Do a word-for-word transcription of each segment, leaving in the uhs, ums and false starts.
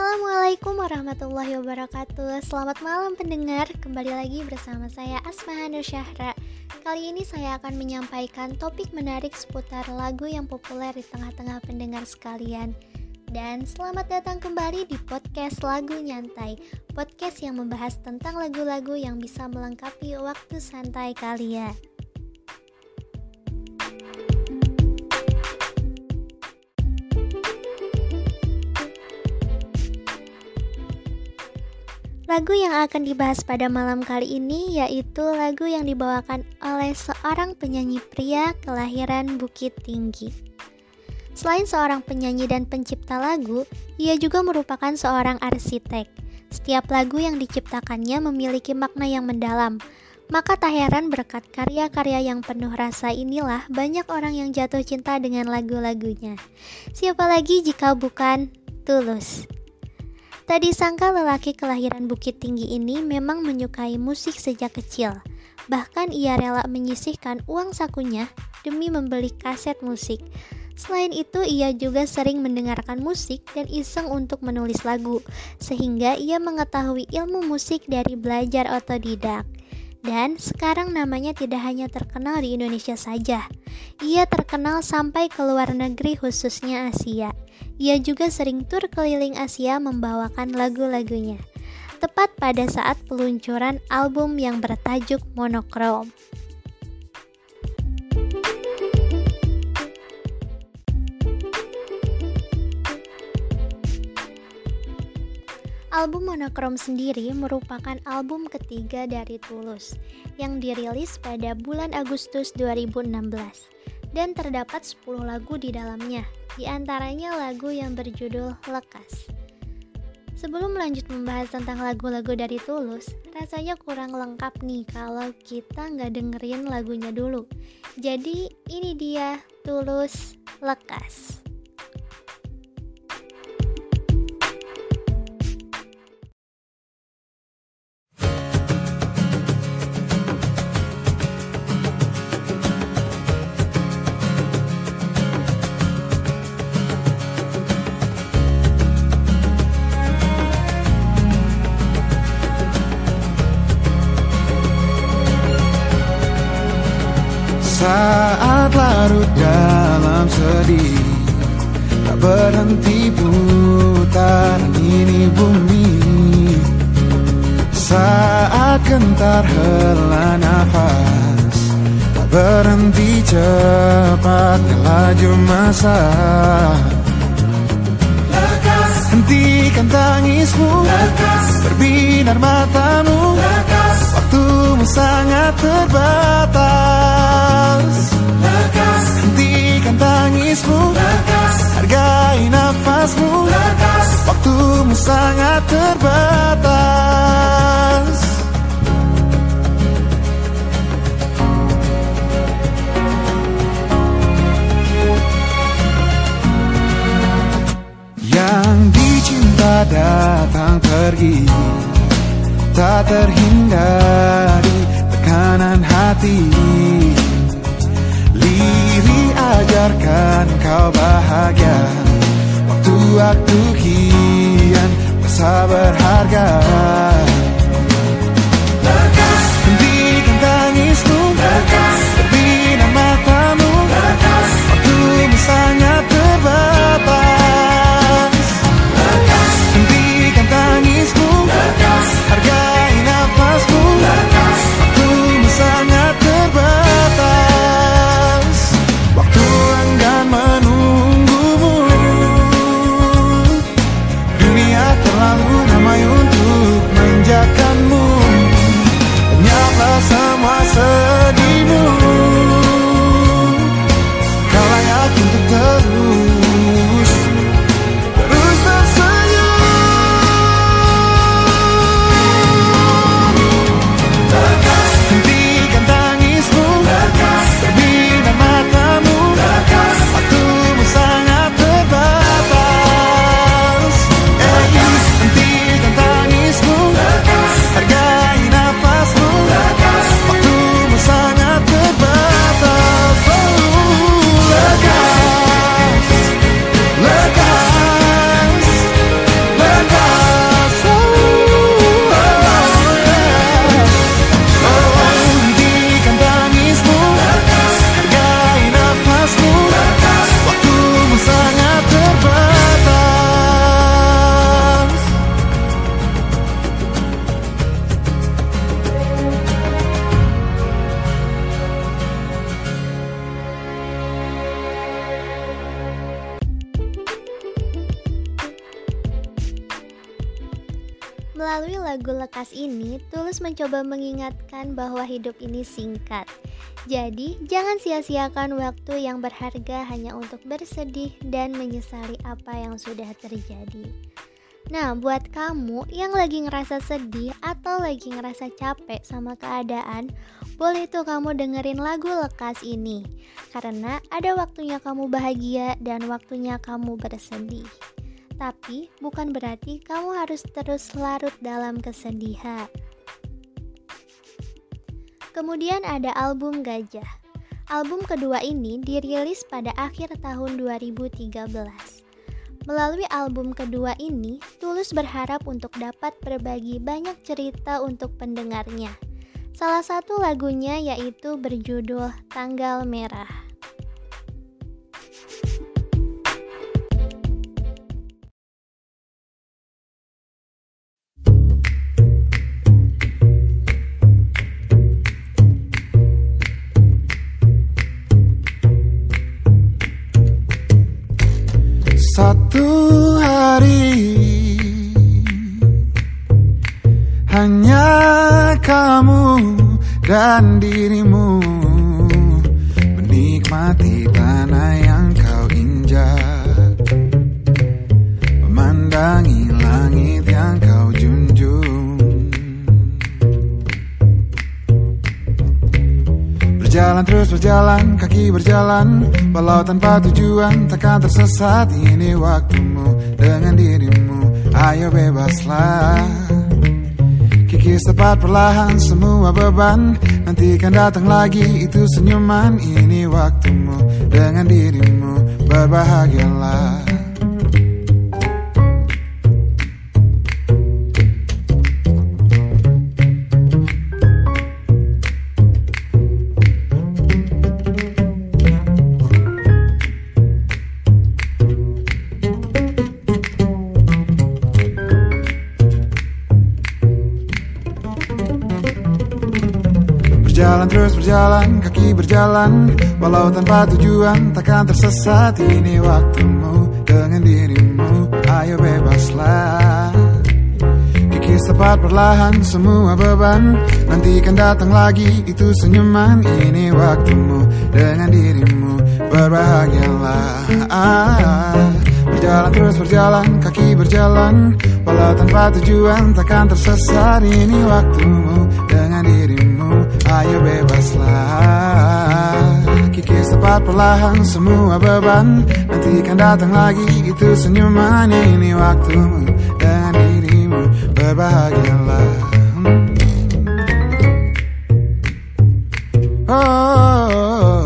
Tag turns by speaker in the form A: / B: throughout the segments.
A: Assalamualaikum warahmatullahi wabarakatuh. Selamat malam pendengar, kembali lagi bersama saya Asma Nur Syahra. Kali ini saya akan menyampaikan topik menarik seputar lagu yang populer di tengah-tengah pendengar sekalian. Dan selamat datang kembali di podcast Lagu Nyantai, podcast yang membahas tentang lagu-lagu yang bisa melengkapi waktu santai kalian. Lagu yang akan dibahas pada malam kali ini yaitu lagu yang dibawakan oleh seorang penyanyi pria kelahiran Bukit Tinggi. Selain seorang penyanyi dan pencipta lagu, ia juga merupakan seorang arsitek. Setiap lagu yang diciptakannya memiliki makna yang mendalam. Maka tak heran berkat karya-karya yang penuh rasa inilah banyak orang yang jatuh cinta dengan lagu-lagunya. Siapa lagi jika bukan Tulus. Tak disangka lelaki kelahiran Bukit Tinggi ini memang menyukai musik sejak kecil. Bahkan ia rela menyisihkan uang sakunya demi membeli kaset musik. Selain itu ia juga sering mendengarkan musik dan iseng untuk menulis lagu, sehingga ia mengetahui ilmu musik dari belajar otodidak. Dan sekarang namanya tidak hanya terkenal di Indonesia saja, ia terkenal sampai ke luar negeri khususnya Asia. Ia juga sering tur keliling Asia membawakan lagu-lagunya, tepat pada saat peluncuran album yang bertajuk Monokrom. Album Monokrom sendiri merupakan album ketiga dari Tulus yang dirilis pada bulan Agustus dua ribu enam belas dan terdapat sepuluh lagu di dalamnya, di antaranya lagu yang berjudul Lekas. Sebelum lanjut membahas tentang lagu-lagu dari Tulus, rasanya kurang lengkap nih kalau kita nggak dengerin lagunya dulu. Jadi ini dia Tulus Lekas.
B: Saat larut dalam sedih, tak berhenti putar ini bumi. Saat gentar hela nafas, tak berhenti cepat laju masa. Lekas, hentikan tangismu, lekas, berbinar matamu, lekas, waktumu sangat terbatas. Lekas, hentikan tangismu, lekas, hargai nafasmu, lekas, waktumu sangat terbatas. Yang dicinta datang pergi, tak terhindari tekanan hati. Liri ajarkan kau bahagia, waktu-waktu kian masa berharga. Lekas, hentikan tangismu, lekas, berbinar matamu, lekas, waktumu sangat terbatas. Lekas, hentikan tangismu, lekas, hargai nafasmu, lekas, waktumu sangat terbatas. Waktu enggan menunggumu, dunia terlalu ramai untuk menunggu.
A: Melalui lagu Lekas ini, Tulus mencoba mengingatkan bahwa hidup ini singkat. Jadi, jangan sia-siakan waktu yang berharga hanya untuk bersedih dan menyesali apa yang sudah terjadi. Nah, buat kamu yang lagi ngerasa sedih atau lagi ngerasa capek sama keadaan, boleh tuh kamu dengerin lagu Lekas ini. Karena ada waktunya kamu bahagia dan waktunya kamu bersedih. Tapi bukan berarti kamu harus terus larut dalam kesedihan. Kemudian ada album Gajah. Album kedua ini dirilis pada akhir tahun dua ribu tiga belas. Melalui album kedua ini, Tulus berharap untuk dapat berbagi banyak cerita untuk pendengarnya. Salah satu lagunya yaitu berjudul Tanggal Merah.
B: Satu hari hanya kamu dan dirimu menikmati tanah yang kau injak, memandangi langit yang kau junjung. Berjalan terus berjalan, kaki berjalan, walau tanpa tujuan, takkan tersesat. Ini waktumu dengan dirimu, ayo bebaslah. Kikis tepat perlahan semua beban, nantikan datang lagi itu senyuman. Ini waktumu dengan dirimu, berbahagialah. Berjalan terus berjalan, kaki berjalan, walau tanpa tujuan, takkan tersesat. Ini waktumu dengan dirimu, ayo bebaslah. Kikis tepat perlahan semua beban, nantikan datang lagi itu senyuman. Ini waktumu dengan dirimu, berbahagialah. ah, Berjalan terus berjalan, kaki berjalan, walau tanpa tujuan, takkan tersesat. Ini waktumu dengan dirimu, ayo bebaslah. Kikis tepat perlahan semua beban, nantikan datang lagi itu senyuman. Ini waktumu dengan dirimu, berbahagialah. oh, oh, oh.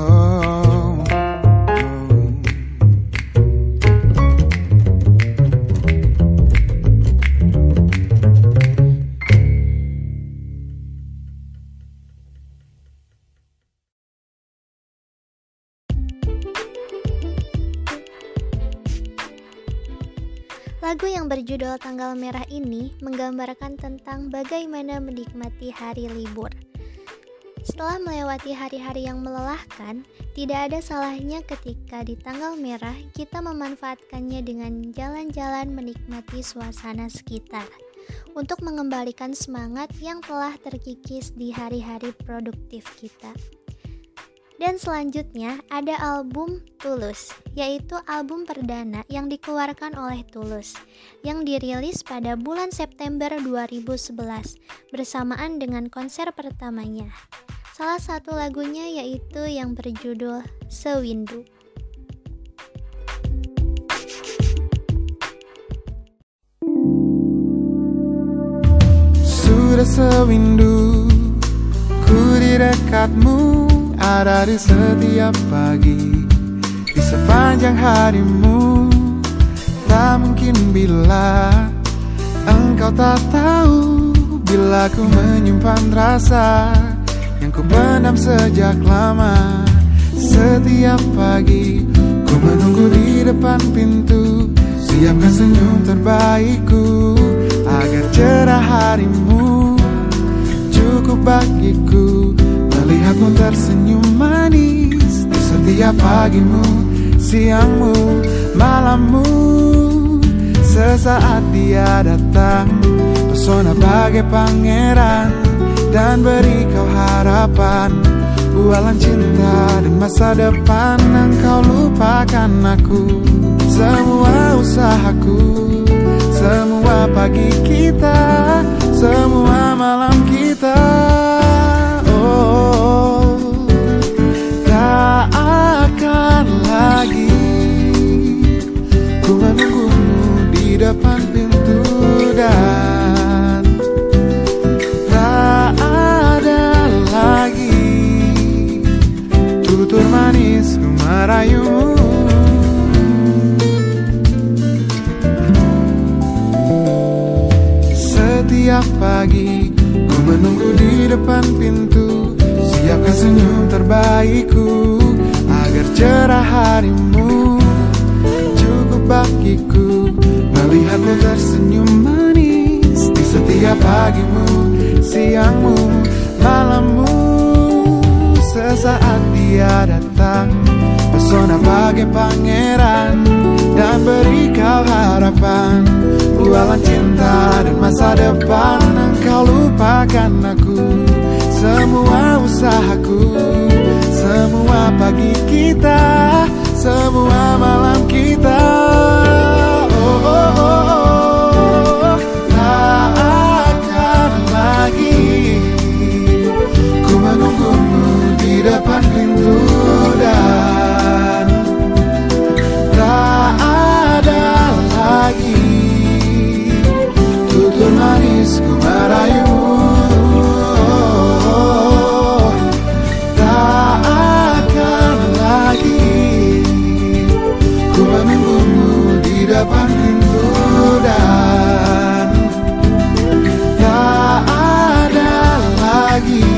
A: Lagu yang berjudul Tanggal Merah ini menggambarkan tentang bagaimana menikmati hari libur. Setelah melewati hari-hari yang melelahkan, tidak ada salahnya ketika di tanggal merah kita memanfaatkannya dengan jalan-jalan menikmati suasana sekitar untuk mengembalikan semangat yang telah terkikis di hari-hari produktif kita. Dan selanjutnya ada album Tulus, yaitu album perdana yang dikeluarkan oleh Tulus, yang dirilis pada bulan September dua ribu sebelas bersamaan dengan konser pertamanya. Salah satu lagunya yaitu yang berjudul Sewindu.
B: Sudah sewindu ku di dekatmu, ada di setiap pagi, di sepanjang harimu. Tak mungkin bila engkau tak tahu, bila ku menyimpan rasa yang ku pendam sejak lama. Setiap pagi ku menunggu di depan pintu, siapkan senyum terbaikku agar cerah harimu. Cukup bagiku melihatmu tersenyum manis di setiap pagimu, siangmu, malammu. Sesaat dia datang pesona bagai pangeran dan beri kau harapan, bualan cinta dan masa depan. Engkau lupakan aku, semua usahaku, semua pagi kita, semua malam kita. Oh, tak akan lagi ku menunggumu di depan pintu, dan tak ada lagi tutur manis ku merayumu. Setiap pagi ku menunggu di depan pintu, siapkan senyum terbaikku agar cerah harimu. Cukup bagiku melihatmu tersenyum manis di setiap pagimu, siangmu, malammu. Sesaat dia datang, pesona bagai pangeran dan beri kau harapan, bualan cinta dan masa depan. Engkau lupakan aku, semua usahaku, semua pagi kita, semua malam kita. Oh, oh, oh, oh. Tak akan lagi ku menunggumu di depan pintu, dan tak ada lagi tutur manis ku merayumu. Oh, tak akan lagi ku menunggumu di depan pintu, dan tak ada lagi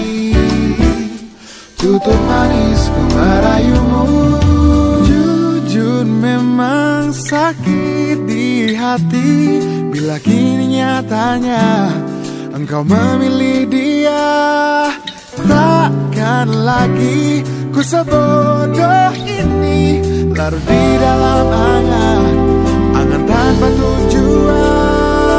B: tutur manis ku merayumu. Jujur memang sakit di hati bila kini nyatanya engkau memilih dia. Takkan lagi ku sebodoh ini larut di dalam angan, angan tanpa tujuan.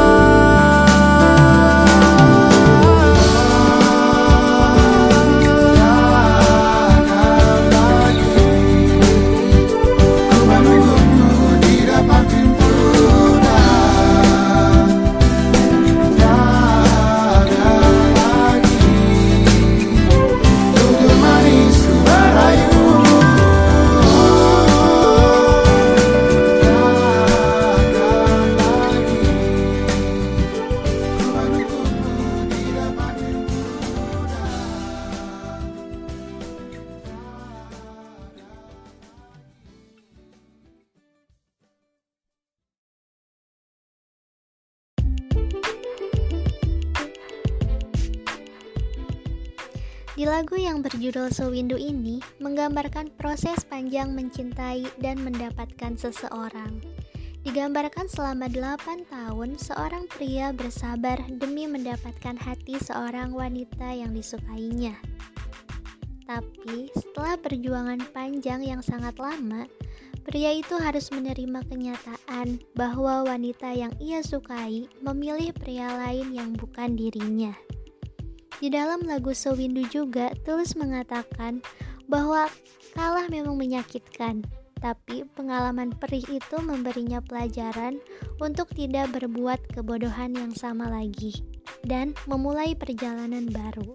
A: Di lagu yang berjudul Sewindu ini menggambarkan proses panjang mencintai dan mendapatkan seseorang. Digambarkan selama delapan tahun seorang pria bersabar demi mendapatkan hati seorang wanita yang disukainya. Tapi setelah perjuangan panjang yang sangat lama, pria itu harus menerima kenyataan bahwa wanita yang ia sukai memilih pria lain yang bukan dirinya. Di dalam lagu Sewindu juga Tulus mengatakan bahwa kalah memang menyakitkan, tapi pengalaman perih itu memberinya pelajaran untuk tidak berbuat kebodohan yang sama lagi dan memulai perjalanan baru.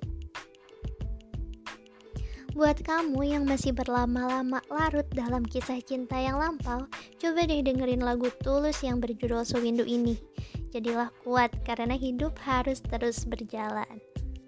A: Buat kamu yang masih berlama-lama larut dalam kisah cinta yang lampau, coba deh dengerin lagu Tulus yang berjudul Sewindu ini. Jadilah kuat karena hidup harus terus berjalan.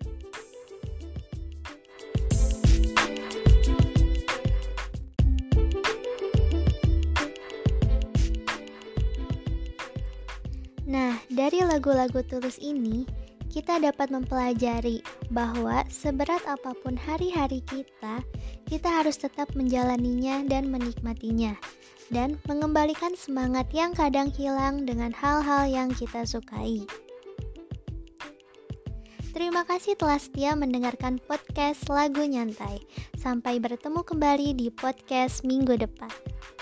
A: Nah, dari lagu-lagu Tulus ini, kita dapat mempelajari bahwa seberat apapun hari-hari kita, kita harus tetap menjalaninya dan menikmatinya, dan mengembalikan semangat yang kadang hilang dengan hal-hal yang kita sukai. Terima kasih telah setia mendengarkan podcast Lagu Nyantai. Sampai bertemu kembali di podcast minggu depan.